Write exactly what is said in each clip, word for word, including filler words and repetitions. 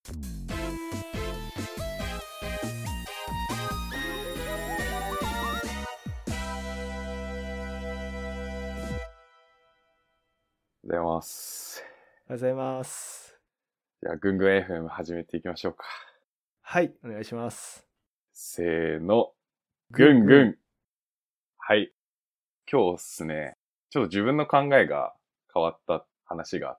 おはようございます。 おはようございます。 じゃあ、ぐんぐん エフエム 始めていきましょうか。 はい、お願いします。 せーの、ぐんぐん。はい。今日っすね、ちょっと自分の考えが変わった話があって、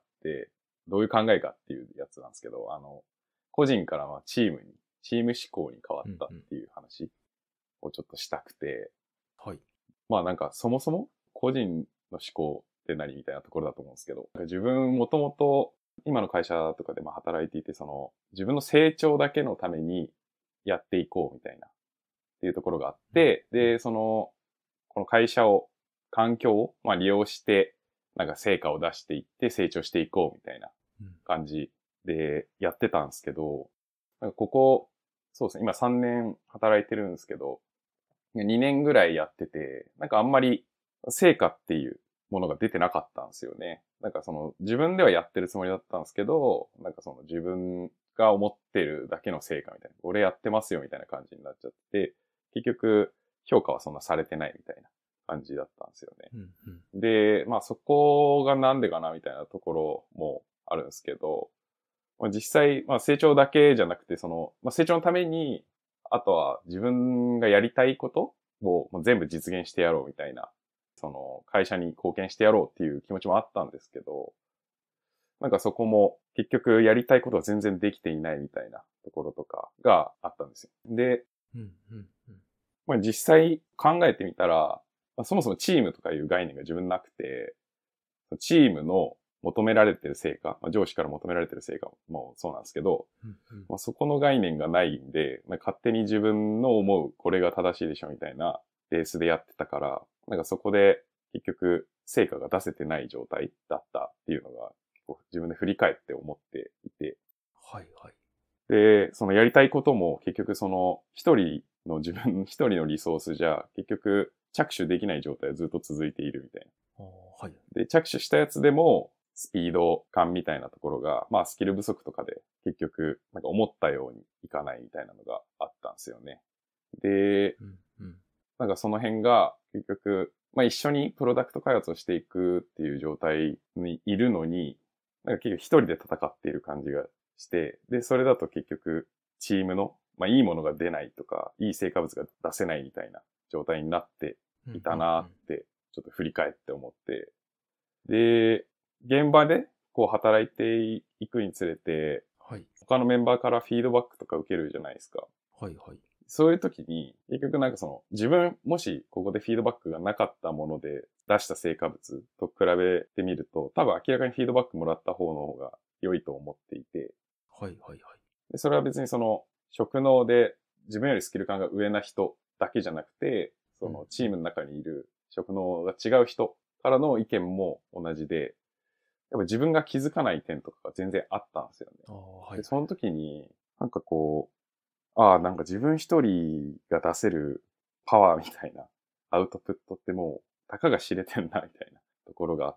どういう考えかっていうやつなんですけど、あの、個人からはチームに、チーム思考に変わったっていう話をちょっとしたくて、 うんうん、はい。 まあなんかそもそも個人の思考って何みたいなところだと思うんですけど、自分もともと今の会社とかでまあ働いていて、その自分の成長だけのためにやっていこうみたいなっていうところがあって、で、その、この会社を、環境をまあ利用して、なんか成果を出していって成長していこうみたいな感じでやってたんですけど、なんかここ、そうですね、今さんねん働いてるんですけど、にねんぐらいやってて、なんかあんまり成果っていうものが出てなかったんですよね。なんかその自分ではやってるつもりだったんですけど、なんかその自分が思ってるだけの成果みたいな、俺やってますよみたいな感じになっちゃって、結局評価はそんなされてないみたいな感じだったんですよね。 うんうん、 で、まあそこがなんでかなみたいなところもあるんですけど、まあ、実際、まあ成長だけじゃなくて、その、まあ成長のために、あとは自分がやりたいことをもう全部実現してやろうみたいな、その会社に貢献してやろうっていう気持ちもあったんですけど、なんかそこも結局やりたいことは全然できていないみたいなところとかがあったんですよ。で、 うんうんうん、 まあ、実際考えてみたら、まあ、そもそもチームとかいう概念が自分なくて、チームの求められてる成果、まあ、上司から求められてる成果もそうなんですけど、 うんうん、 まあ、そこの概念がないんで、まあ、勝手に自分の思うこれが正しいでしょみたいなベースでやってたから、なんかそこで結局成果が出せてない状態だったっていうのが結構自分で振り返って思っていて、 はいはい。 で、そのやりたいことも結局その一人の自分一人のリソースじゃ結局着手できない状態がずっと続いているみたいな。 はい。 で、着手したやつでもスピード感みたいなところが、まあスキル不足とかで結局なんか思ったようにいかないみたいなのがあったんですよね。で、 うんうん、 なんかその辺が結局、まあ一緒にプロダクト開発をしていくっていう状態にいるのに、なんか結局一人で戦っている感じがして、で、それだと結局チームの、まあいいものが出ないとか、いい成果物が出せないみたいな状態になっていたなってちょっと振り返って思って、で、現場でこう働いていくにつれて、 はい、 他のメンバーからフィードバックとか受けるじゃないですか。 はいはい。 そういう時に、結局なんかその、自分、もしここでフィードバックがなかったもので出した成果物と比べてみると、多分明らかにフィードバックもらった方の方が良いと思っていて、 はいはいはい。 でそれは別にその、職能で自分よりスキル感が上な人だけじゃなくて、そのチームの中にいる職能が違う人からの意見も同じで、やっぱ自分が気づかない点とかが全然あったんですよね。 あ、はいはい、 でその時に、なんかこう、ああ、なんか自分一人が出せるパワーみたいなアウトプットってもう、たかが知れてんな、みたいなところがあって、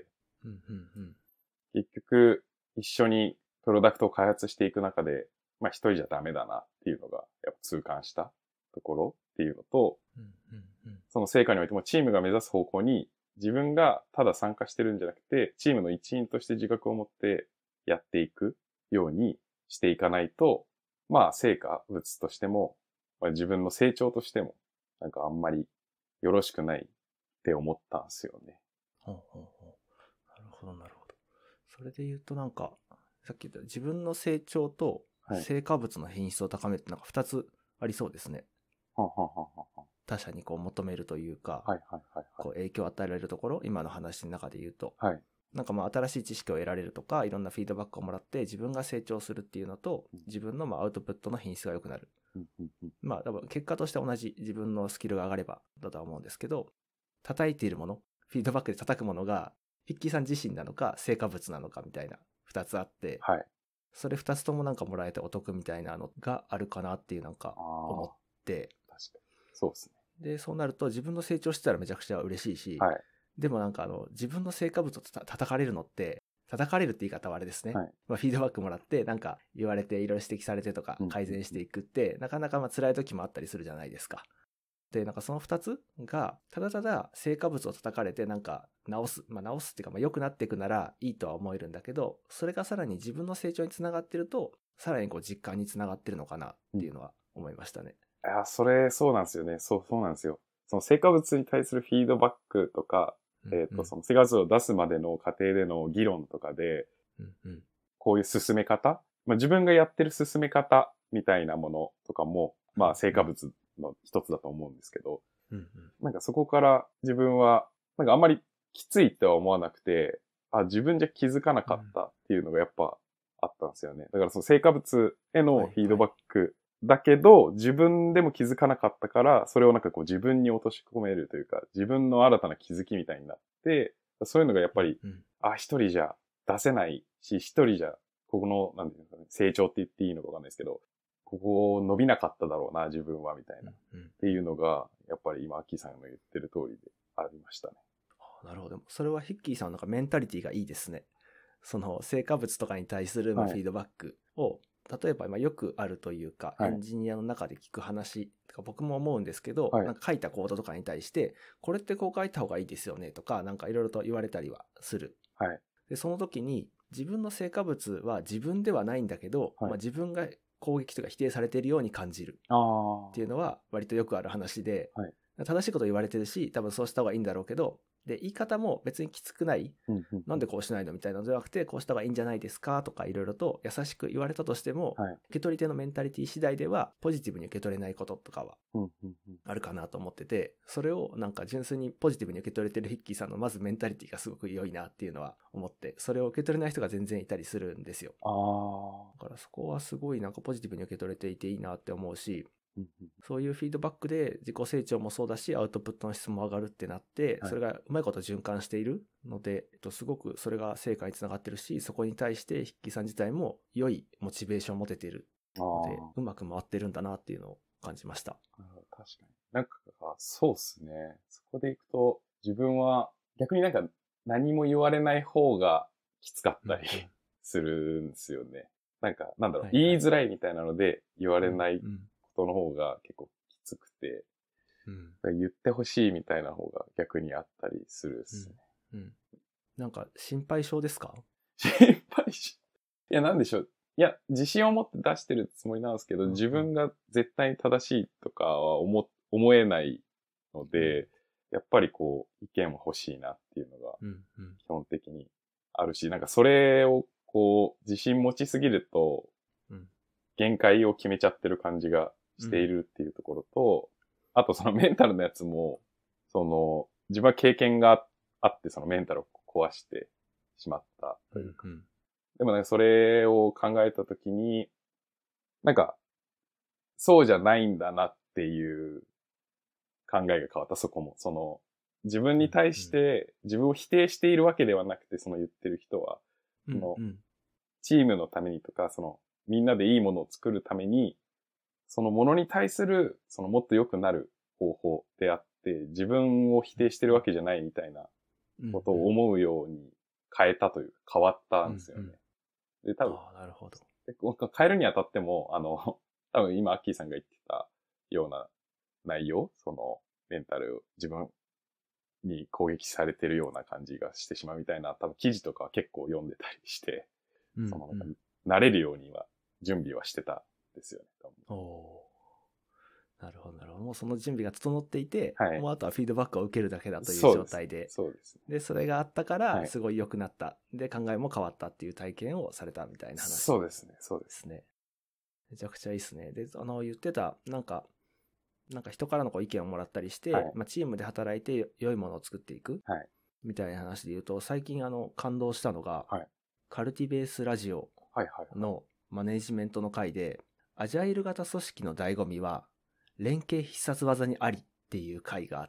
うんうんうん、 結局、一緒にプロダクトを開発していく中で、まあ一人じゃダメだなっていうのが、やっぱ痛感したところっていうのと、 うんうんうん、 その成果においてもチームが目指す方向に自分がただ参加してるんじゃなくて、チームの一員として自覚を持ってやっていくようにしていかないと、まあ成果物としても、まあ、自分の成長としても、なんかあんまりよろしくないって思ったんですよね。 ほうほうほう。なるほどなるほど。それで言うとなんか、さっき言った自分の成長と成果物の品質を高めるってなんか二つありそうですね。 はんはんはんはんはん。 他者にこう求めるというか、 はいはいはいこう影響を与えられるところ、今の話の中で言うと、 はい。 なんかまあ新しい知識を得られるとか、いろんなフィードバックをもらって自分が成長するっていうのと、自分のまあアウトプットの品質が良くなる。 うんうんうん、 まあ多分結果として同じ自分のスキルが上がればだとは思うんですけど、叩いているもの、フィードバックで叩くものが、ヒッキーさん自身なのか成果物なのかみたいな二つあって、 はい。 それ二つともなんかもらえてお得みたいなのがあるかなっていうなんか思って、 確かに。そうですね。 で、そうなると自分の成長してたらめちゃくちゃ嬉しいし、 はい。 でもなんかあの自分の成果物をた叩かれるのって叩かれるって言い方はあれですね。 はい、 まあ、フィードバックもらって、なんか言われていろいろ指摘されてとか改善していくって、なかなかまあ辛い時もあったりするじゃないですか。で、なんかその二つが、ただただ成果物を叩かれてなんか直す、まあ直すっていうか、まあ良くなっていくならいいとは思えるんだけど、それがさらに自分の成長につながってると、さらにこう実感につながってるのかなっていうのは思いましたね。 いや、それ、そうなんですよね。そう、そうなんですよ。その成果物に対するフィードバックとか、 うんうん、 えっと、その成果物を出すまでの過程での議論とかで、 うんうん、 こういう進め方、まあ自分がやってる進め方みたいなものとかも、まあ成果物の一つだと思うんですけど、 うんうん、 なんかそこから自分は、なんかあんまりきついとは思わなくて、あ、自分じゃ気づかなかったっていうのがやっぱあったんですよね。だからその成果物へのフィードバックだけど、自分でも気づかなかったから、それをなんかこう自分に落とし込めるというか、自分の新たな気づきみたいになって、そういうのがやっぱり、 うんうん、 あ、一人じゃ出せないし、一人じゃ、ここの、なんていうんですかね、成長って言っていいのかわかんないですけど、ここ伸びなかっただろうな、自分は、みたいな。 うんうん、 っていうのが、やっぱり今、アッキーさんの言ってる通りでありましたね。 なるほど。それはヒッキーさんのなんかメンタリティがいいですね。その成果物とかに対するまあフィードバックを、はい、例えばまあよくあるというか、はい、エンジニアの中で聞く話とか僕も思うんですけど、はい、なんか書いたコードとかに対して、これってこう書いた方がいいですよねとか、なんかいろいろと言われたりはする。 はい、 で、その時に自分の成果物は自分ではないんだけど、はい、まあ、自分が攻撃とか否定されているように感じるっていうのは割とよくある話で、はい、正しいこと言われてるし、多分そうした方がいいんだろうけど、で、言い方も別にきつくない、うんうん、なんでこうしないのみたいなのではなくて、こうした方がいいんじゃないですかとかいろいろと優しく言われたとしても、はい、受け取り手のメンタリティ次第ではポジティブに受け取れないこととかはあるかなと思ってて、それをなんか純粋にポジティブに受け取れてるヒッキーさんのまずメンタリティがすごく良いなっていうのは思って、それを受け取れない人が全然いたりするんですよ。あだからそこはすごいなんかポジティブに受け取れていていいなって思うし、そういうフィードバックで自己成長もそうだし、アウトプットの質も上がるってなって、それがうまいこと循環しているので、えっと、すごくそれが成果につながってるし、そこに対してヒッキーさん自体も良いモチベーションを持てているので、うまく回ってるんだなっていうのを感じました。 確かに。なんか、そうっすね。そこでいくと、自分は逆になんか何も言われない方がきつかったりするんですよね。なんか、なんだろう、はいはい、言いづらいみたいなので言われないことの方が結構きつくて、うん、言ってほしいみたいな方が逆にあったりするですね。 うんうん、なんか心配性ですか？ 心配性。いや、なんでしょう。いや、自信を持って出してるつもりなんですけど、うんうん、自分が絶対に正しいとかは思、思えないので、うん、やっぱりこう、意見は欲しいなっていうのが、基本的にあるし、なんかそれをこう、自信持ちすぎると、限界を決めちゃってる感じがしているっていうところと、うん、あとそのメンタルのやつも、その、自分は経験があって、そのメンタルを壊してしまったというか。うんうん、でもね、それを考えたときに、なんか、そうじゃないんだなっていう考えが変わった、そこも。その、自分に対して自分を否定しているわけではなくて、その言ってる人は、その、チームのためにとか、その、みんなでいいものを作るために、そのものに対する、そのもっと良くなる方法であって、自分を否定してるわけじゃないみたいなことを思うように変えたというか、変わったんですよね。うんうん、で、多分、 あ、なるほど。 変えるにあたっても、あの、多分今、アッキーさんが言ってたような内容、その、メンタル、自分に攻撃されてるような感じがしてしまうみたいな、多分記事とか結構読んでたりして、うんうん、その、慣れるようには準備はしてたんですよね。 おなるほど、なるほど。もうその準備が整っていて、はい、もうあとはフィードバックを受けるだけだという状態で。 そうです。 で、それがあったから、すごい良くなった、はい。で、考えも変わったっていう体験をされたみたいな話、ね。 そうですね、そうですね。めちゃくちゃいいですね。で、あの、言ってた、なんか、なんか人からのこう意見をもらったりして、はい、まあ、チームで働いて良いものを作っていく、はい、みたいな話で言うと、最近あの、感動したのが、はい、カルティベースラジオのマネジメントの回で、アジャイル型組織の醍醐味は、連携必殺技にありっていう回があって、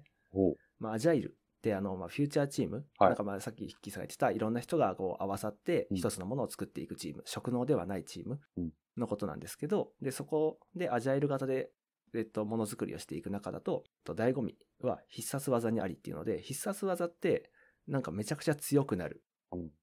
まあ、アジャイルってあの、まあ、フューチャーチーム、はい、なんかまあさっき引きされてたいろんな人がこう合わさって一つのものを作っていくチーム、うん、職能ではないチームのことなんですけど、で、そこでアジャイル型で、えっと、ものづくりをしていく中だと、醍醐味は必殺技にありっていうので、必殺技ってなんかめちゃくちゃ強くなる。うん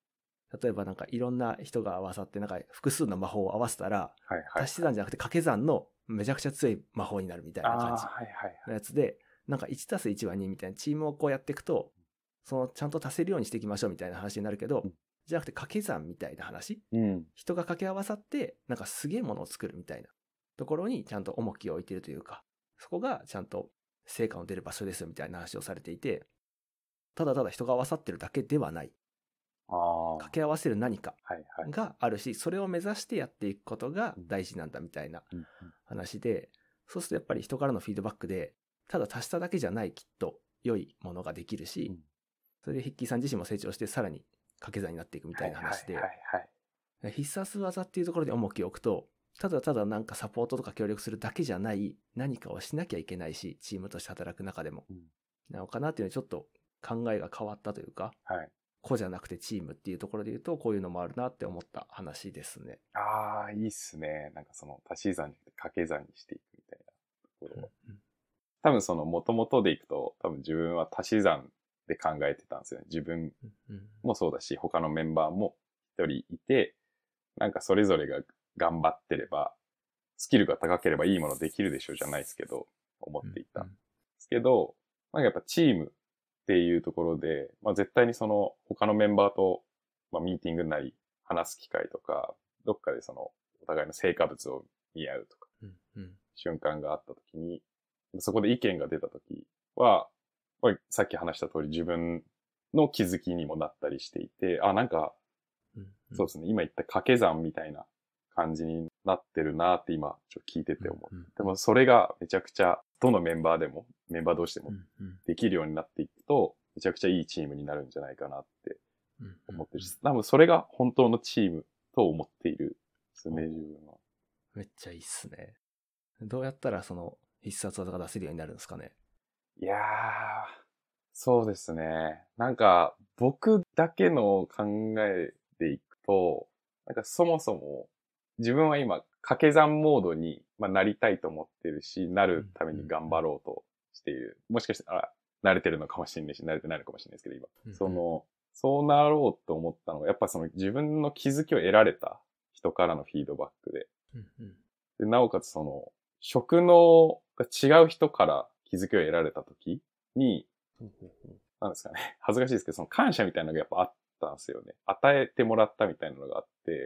例えばなんかいろんな人が合わさってなんか複数の魔法を合わせたら、 はいはい、 足し算じゃなくて掛け算のめちゃくちゃ強い魔法になるみたいな感じのやつで、なんかいちたすいちはにみたいなチームをこうやっていくと、そのちゃんと足せるようにしていきましょうみたいな話になるけど、うん、じゃなくて掛け算みたいな話、うん、人が掛け合わさってなんかすげえものを作るみたいなところにちゃんと重きを置いているというか、そこがちゃんと成果の出る場所ですみたいな話をされていて、ただただ人が合わさってるだけではない。掛け合わせる何かがあるし、それを目指してやっていくことが大事なんだみたいな話で、そうするとやっぱり人からのフィードバックで、ただ足しただけじゃないきっと良いものができるし、それでヒッキーさん自身も成長してさらに掛け算になっていくみたいな話で、必殺技っていうところで重きを置くと、ただただなんかサポートとか協力するだけじゃない何かをしなきゃいけないし、チームとして働く中でも、なのかなっていうのにちょっと考えが変わったというか、はい、個じゃなくてチームっていうところで言うとこういうのもあるなって思った話ですね。 ああ、いいっすね。なんかその足し算じゃなくて掛け算にしていくみたいなところ、うんうん、多分その元々でいくと多分自分は足し算で考えてたんですよね。自分もそうだし、他のメンバーも一人いて、なんかそれぞれが頑張ってればスキルが高ければいいものできるでしょうじゃないですけど思っていたんですけど、なんかやっぱチームっていうところで、まあ絶対にその他のメンバーと、まあ、ミーティングなり話す機会とか、どっかでそのお互いの成果物を見合うとか、うんうん、瞬間があった時に、そこで意見が出た時は、まあ、さっき話した通り自分の気づきにもなったりしていて、あ、なんか、うんうん、そうですね、今言った掛け算みたいな感じになってるなって今ちょっと聞いてて思う、うんうん。でもそれがめちゃくちゃどのメンバーでも、メンバー同士でもできるようになっていくと、めちゃくちゃいいチームになるんじゃないかなって思ってるし、多分それが本当のチームと思っているですね、自分は。 めっちゃいいっすね。どうやったらその必殺技が出せるようになるんですかね。 いやー、そうですね。なんか僕だけの考えでいくと、なんかそもそも自分は今掛け算モードに、まあ、なりたいと思ってるし、なるために頑張ろうとしている。もしかしたら慣れてるのかもしれないし、慣れてないのかもしれないですけど、今。うんうん、その、そうなろうと思ったのが、やっぱその自分の気づきを得られた人からのフィードバックで。うんうん、でなおかつその、職能が違う人から気づきを得られたときに、うんうんうん、なんですかね、恥ずかしいですけど、その感謝みたいなのがやっぱあったんですよね。与えてもらったみたいなのがあって、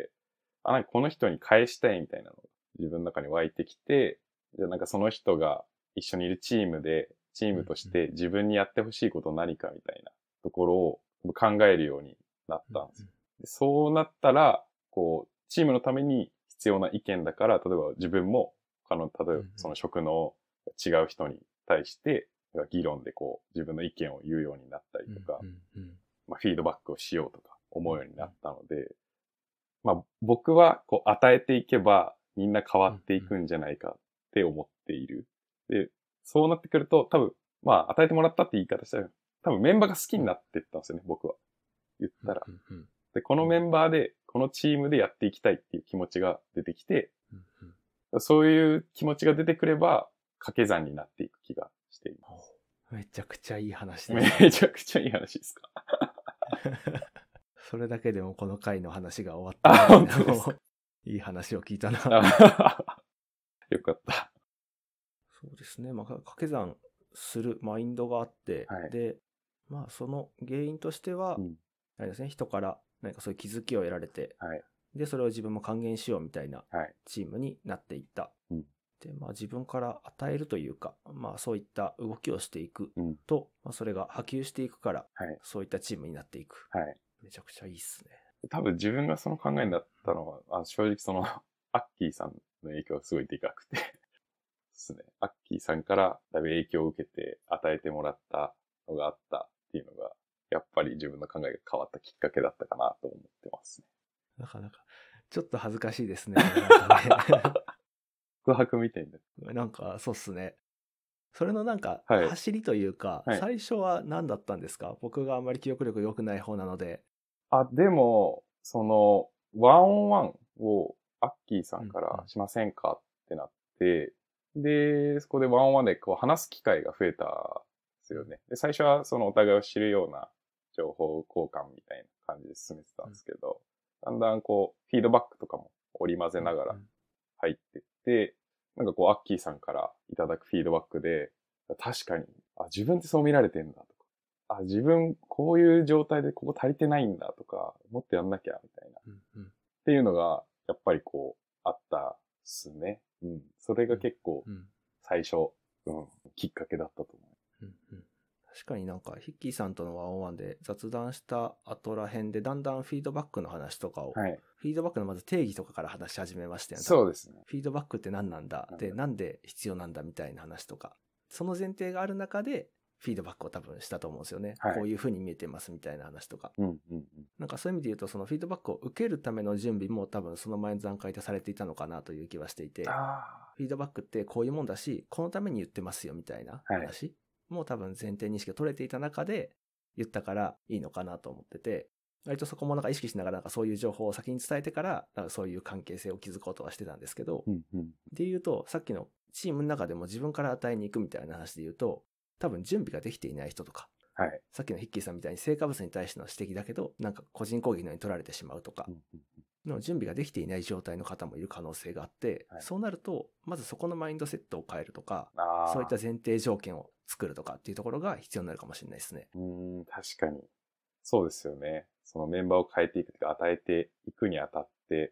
あ、なんかこの人に返したいみたいなのが自分の中に湧いてきて、じゃあなんかその人が一緒にいるチームで、チームとして自分にやってほしいこと何かみたいなところを考えるようになったんですよ。でそうなったら、こう、チームのために必要な意見だから、例えば自分も他の、例えばその職の違う人に対して、議論でこう自分の意見を言うようになったりとか、まあ、フィードバックをしようとか思うようになったので、まあ僕はこう与えていけばみんな変わっていくんじゃないかって思っている。で、そうなってくると多分、まあ与えてもらったって言い方したら多分メンバーが好きになっていったんですよね、僕は。言ったら。で、このメンバーで、このチームでやっていきたいっていう気持ちが出てきて、そういう気持ちが出てくれば掛け算になっていく気がしています。 めちゃくちゃいい話ですね。 めちゃくちゃいい話ですか。 それだけでもこの回の話が終わったみたいな。いい話を聞いたな。 よかった。 そうですね。まあ、掛け算するマインドがあって、はい、で、まあ、その原因としては、うん、あれですね、人から何かそういう気づきを得られて、はい、で、それを自分も還元しようみたいなチームになっていった。はい、で、まあ、自分から与えるというか、まあ、そういった動きをしていくと、うん、まあ、それが波及していくから、はい、そういったチームになっていく。はい、めちゃくちゃいいっすね。 多分自分がその考えになったのは、あ正直その、アッキーさんの影響がすごいでかくてですね。アッキーさんからだいぶ影響を受けて与えてもらったのがあったっていうのが、やっぱり自分の考えが変わったきっかけだったかなと思ってますね。 なかなか、ちょっと恥ずかしいですね。なんかね告白みたいな。なんか、そうっすね。それのなんか、走りというか、はい、最初は何だったんですか？僕があんまり記憶力良くない方なので。 あ、でも、その、ワンオンワンをアッキーさんからしませんかってなって、うんうん、で、そこでワンオンワンでこう話す機会が増えたんですよね。で、最初はそのお互いを知るような情報交換みたいな感じで進めてたんですけど、うん、だんだんこう、フィードバックとかも織り交ぜながら入ってって、なんかこう、アッキーさんからいただくフィードバックで、確かに、あ、自分ってそう見られてんだとか、あ、自分こういう状態でここ足りてないんだとか、もっとやんなきゃみたいな、うんうん、っていうのが、やっぱりこう、あったっすね。うん。それが結構、最初、うん、きっかけだったと思う。うんうん、確かになんか、ヒッキーさんとのワンオンワンで雑談した後ら辺で、だんだんフィードバックの話とかを、はい、フィードバックのまず定義とかから話し始めましたよね。 そうですね。 フィードバックって何なんだ、で、なんで必要なんだみたいな話とか、その前提がある中で、フィードバックを多分したと思うんですよね。はい、こういう風に見えてますみたいな話とか。うんうんうん、なんかそういう意味で言うと、そのフィードバックを受けるための準備も多分その前の段階でされていたのかなという気はしていて、フィードバックってこういうもんだし、このために言ってますよみたいな話、はい、もう多分前提認識が取れていた中で言ったからいいのかなと思ってて、割とそこもなんか意識しながらなんかそういう情報を先に伝えてから、なんかそういう関係性を築こうとはしてたんですけど、うんうん、で言うと、さっきのチームの中でも自分から与えに行くみたいな話で言うと、多分準備ができていない人とか、はい、さっきのヒッキーさんみたいに成果物に対しての指摘だけど、なんか個人攻撃のように取られてしまうとか、の準備ができていない状態の方もいる可能性があって、はい、そうなると、まずそこのマインドセットを変えるとか、そういった前提条件を作るとかっていうところが必要になるかもしれないですね。 うん、確かに。そうですよね。そのメンバーを変えていくというか、与えていくにあたって。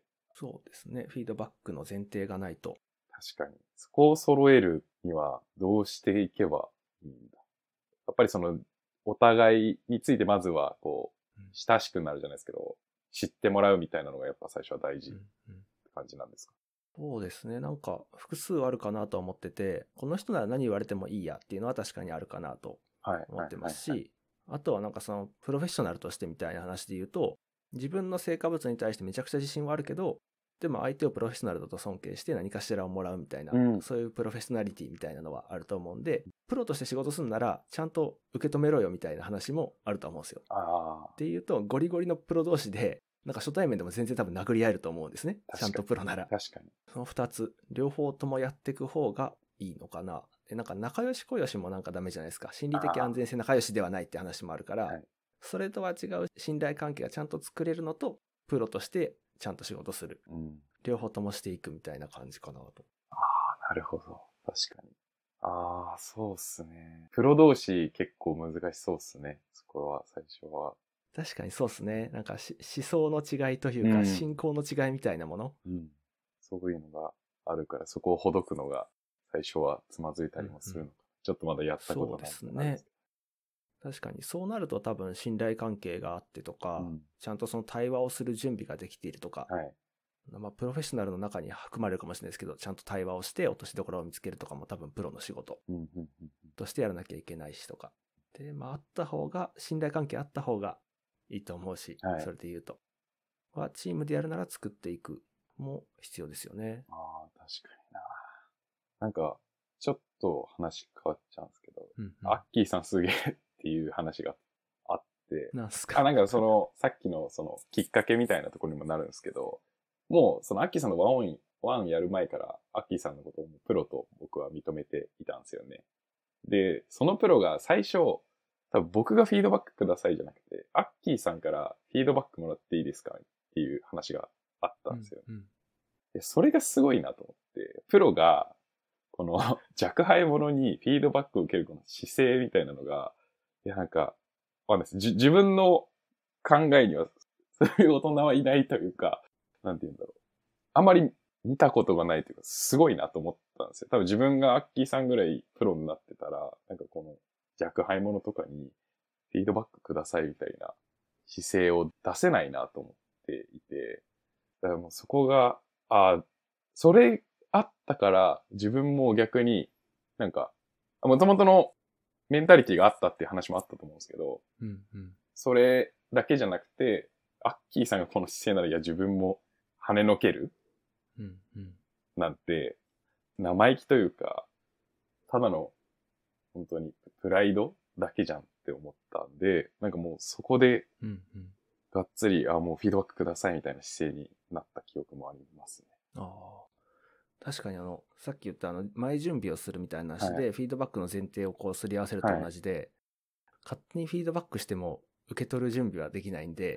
そうですね。フィードバックの前提がないと。 確かに。そこを揃えるにはどうしていけばいいんだ。やっぱりその、お互いについてまずは、こう、親しくなるじゃないですけど、知ってもらうみたいなのがやっぱ最初は大事って感じなんですか？ うんうん、そうですね。なんか、複数あるかなと思ってて、この人なら何言われてもいいやっていうのは確かにあるかなと思ってますし、あとはなんかその、プロフェッショナルとしてみたいな話で言うと、自分の成果物に対してめちゃくちゃ自信はあるけど、でも相手をプロフェッショナルだと尊敬して何かしらをもらうみたいな、うん、そういうプロフェッショナリティみたいなのはあると思うんで、プロとして仕事するならちゃんと受け止めろよみたいな話もあると思うんですよ。あっていうと、ゴリゴリのプロ同士で、なんか初対面でも全然多分殴り合えると思うんですね。ちゃんとプロなら。 確かに。 その二つ、両方ともやっていく方がいいのかな。で、なんか仲良し小良しもなんかダメじゃないですか。心理的安全性仲良しではないって話もあるから、はい、それとは違う信頼関係がちゃんと作れるのと、プロとしてちゃんと仕事する。うん、両方ともしていくみたいな感じかなと。 ああ、なるほど。確かに。ああ、そうっすね。プロ同士結構難しそうっすね。そこは、最初は。 確かにそうっすね。なんかし思想の違いというか、うん、信仰の違いみたいなもの、うん。 そういうのがあるから、そこをほどくのが最初はつまずいたりもするのか。うんうん、ちょっとまだやったことないですね。 確かにそうなると多分信頼関係があってとか、うん、ちゃんとその対話をする準備ができているとか、はい、まあプロフェッショナルの中に含まれるかもしれないですけど、ちゃんと対話をして落としどころを見つけるとかも多分プロの仕事としてやらなきゃいけないしとか。で、まああった方が、信頼関係あった方がいいと思うし、はい、それで言うと。はチームでやるなら作っていくも必要ですよね。 ああ、確かにな。なんか、ちょっと話変わっちゃうんですけど、うんうん、アッキーさんすげえっていう話があって、 なんすか？ あ、なんかその、さっきのその、きっかけみたいなところにもなるんですけど、もうそのアッキーさんのワンオン、ワンやる前から、アッキーさんのことをプロと僕は認めていたんですよね。で、そのプロが最初、多分僕がフィードバックくださいじゃなくて、アッキーさんからフィードバックもらっていいですかっていう話があったんですよ。うんうん、でそれがすごいなと思って、プロが、この若輩者にフィードバックを受けるこの姿勢みたいなのが、いやなんか、わかんないです。じ自分の考えには、そういう大人はいないというか、なんて言うんだろう。あまり見たことがないというか、すごいなと思ったんですよ。多分自分がアッキーさんぐらいプロになってたら、なんかこの若輩者とかにフィードバックくださいみたいな姿勢を出せないなと思っていて、だからもうそこが、ああ、それあったから自分も逆になんか、もともとのメンタリティがあったっていう話もあったと思うんですけど、うんうん、それだけじゃなくて、アッキーさんがこの姿勢なら、いや自分も跳ねのける、うんうん、なんて、生意気というか、ただの本当にプライドだけじゃんって思ったんで、なんかもうそこで、がっつり、あ、もうフィードバックくださいみたいな姿勢になった記憶もありますね。ああ。 確かにあの、さっき言ったあの、前準備をするみたいな話で、はい、フィードバックの前提をこうすり合わせると同じで、はい、勝手にフィードバックしても受け取る準備はできないんで、はい、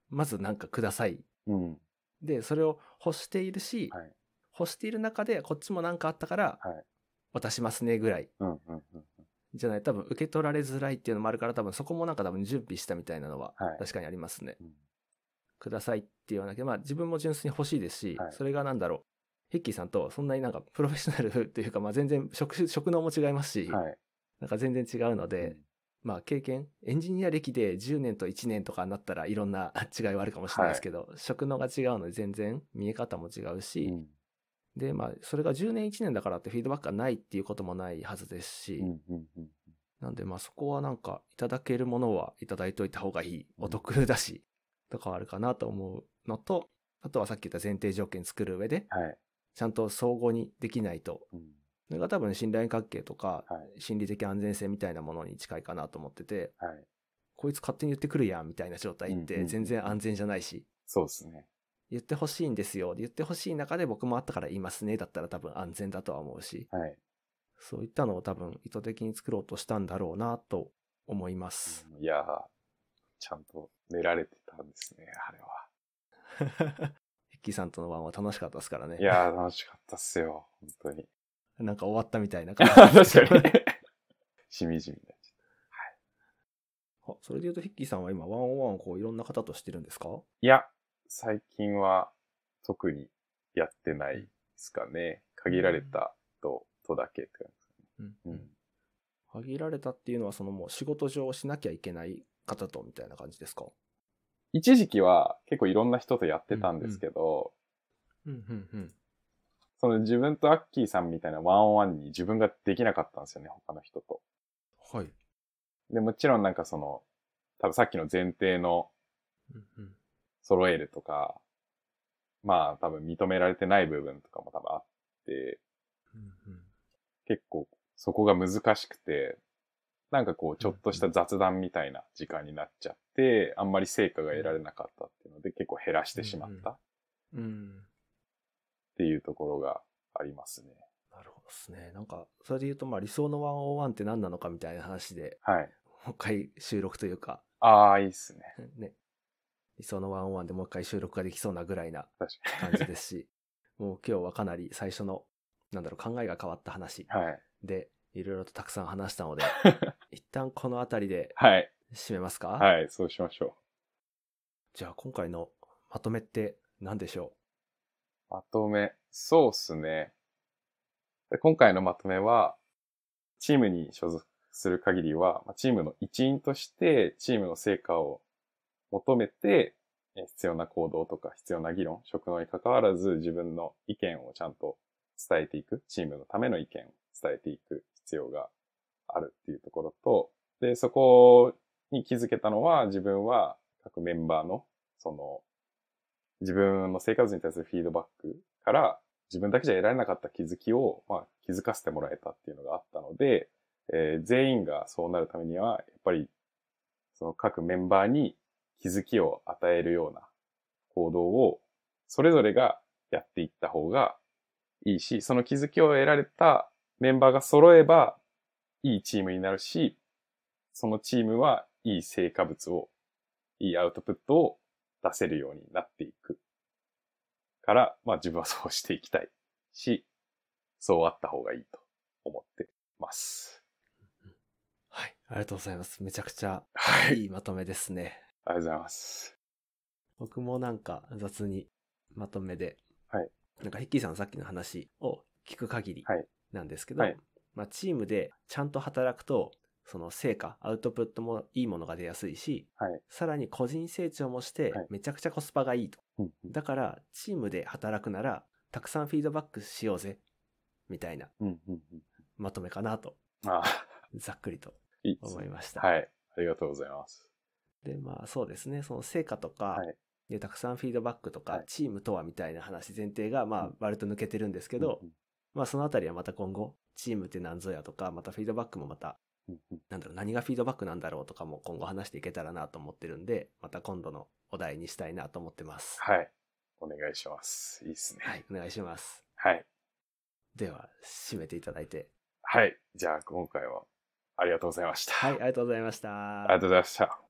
まずなんかください。 うん、 で、それを欲しているし、 はい、 欲している中でこっちもなんかあったからはい、 渡しますねぐらい。 うんうんうんうん、 じゃない、多分受け取られづらいっていうのもあるから、多分そこもなんか多分準備したみたいなのは確かにありますね。はい、うん、くださいって言わなきゃ、まあ自分も純粋に欲しいですし、はい、それがなんだろう、ヒッキーさんとそんなになんかプロフェッショナルというか、まあ全然職、職能も違いますし、はい、なんか全然違うので、うん、まあ経験、エンジニア歴でじゅうねんといちねんとかになったらいろんな違いはあるかもしれないですけど、はい、職能が違うので全然見え方も違うし、うん、で、まあそれがじゅうねんいちねんだからってフィードバックがないっていうこともないはずですし、うんうんうん、なんでまあそこはなんかいただけるものはいただいといた方がいい、お得だし、とかはあるかなと思うのと、あとはさっき言った前提条件作る上で、はい、ちゃんと相互にできないと、うん、それが多分信頼関係とか、はい、心理的安全性みたいなものに近いかなと思ってて、はい、こいつ勝手に言ってくるやんみたいな状態って全然安全じゃないし、うんうんうん、 そうですね。 言ってほしいんですよ。言ってほしい中で僕もあったから言いますね。だったら多分安全だとは思うし、はい、そういったのを多分意図的に作ろうとしたんだろうなと思います。 うん、いやー、ちゃんと練られてたんですね、あれは。 ヒッキーさんとのワンは楽しかったですからね。 いやー、楽しかったっすよ、本当に。 なんか終わったみたいな感じ。 確かに。しみじみになっちゃった。 はい。それで言うとヒッキーさんは今ワンオンワンをこういろんな方としてるんですか？ いや、最近は特にやってないですかね。限られたと、とだけって感じですね。うん。うん。 限られたっていうのはそのもう仕事上しなきゃいけない方とみたいな感じですか？ 一時期は結構いろんな人とやってたんですけど、 うんうんうん、 その自分とアッキーさんみたいなワンオンワンに自分ができなかったんですよね、他の人と。 はい。 で、もちろんなんかその、多分さっきの前提の揃えるとか、うんうん、まあ多分認められてない部分とかも多分あって、うんうん、結構そこが難しくて、なんかこうちょっとした雑談みたいな時間になっちゃって、あんまり成果が得られなかったっていうので結構減らしてしまった。うんうんうんっていうところがありますね。 なるほどですね。なんか、それで言うと、まあ理想のワンオンワンって何なのかみたいな話で、 はい。 もう一回収録というか。 ああ、いいっすね。 ね。理想のワンオンワンでもう一回収録ができそうなぐらいな感じですし、もう今日はかなり最初の、なんだろう、考えが変わった話で、いろいろとたくさん話したので、一旦このあたりで、締めますか？ はい、はい、そうしましょう。 じゃあ今回のまとめって何でしょう？ まとめ。そうっすね。今回のまとめは、チームに所属する限りは、チームの一員としてチームの成果を求めて、必要な行動とか必要な議論、職能に関わらず自分の意見をちゃんと伝えていく、チームのための意見を伝えていく必要があるっていうところと、で、そこに気づけたのは自分は各メンバーの、その、自分の生活に対するフィードバックから自分だけじゃ得られなかった気づきを、まあ、気づかせてもらえたっていうのがあったので、えー、全員がそうなるためには、やっぱり、その各メンバーに気づきを与えるような行動を、それぞれがやっていった方がいいし、その気づきを得られたメンバーが揃えば、いいチームになるし、そのチームはいい成果物を、いいアウトプットを出せるようになっていくから、まあ自分はそうしていきたいし、そうあった方がいいと思ってます。 はい、ありがとうございます。めちゃくちゃいいまとめですね。はい、 ありがとうございます。 僕もなんか雑にまとめで、はい、なんかヒッキーさんのさっきの話を聞く限りなんですけど、はいはい、まあチームでちゃんと働くと、その成果、アウトプットもいいものが出やすいし、はい、さらに個人成長もしてめちゃくちゃコスパがいいと。はい、だからチームで働くならたくさんフィードバックしようぜみたいなまとめかなと、あざっくりと思いました。 はい、ありがとうございます。 で、まあそうですね、その成果とか、はい、でたくさんフィードバックとか、はい、チームとはみたいな話前提がまあ割と抜けてるんですけど、うん、まあそのあたりはまた今後チームって何ぞやとか、またフィードバックもまたなんだろう、何がフィードバックなんだろうとかも今後話していけたらなと思ってるんで、また今度のお題にしたいなと思ってます。 はい。お願いします。いいですね。 はい、お願いします。 はい。 では、締めていただいて。 はい。じゃあ今回はありがとうございました。 はい、ありがとうございました。 ありがとうございました。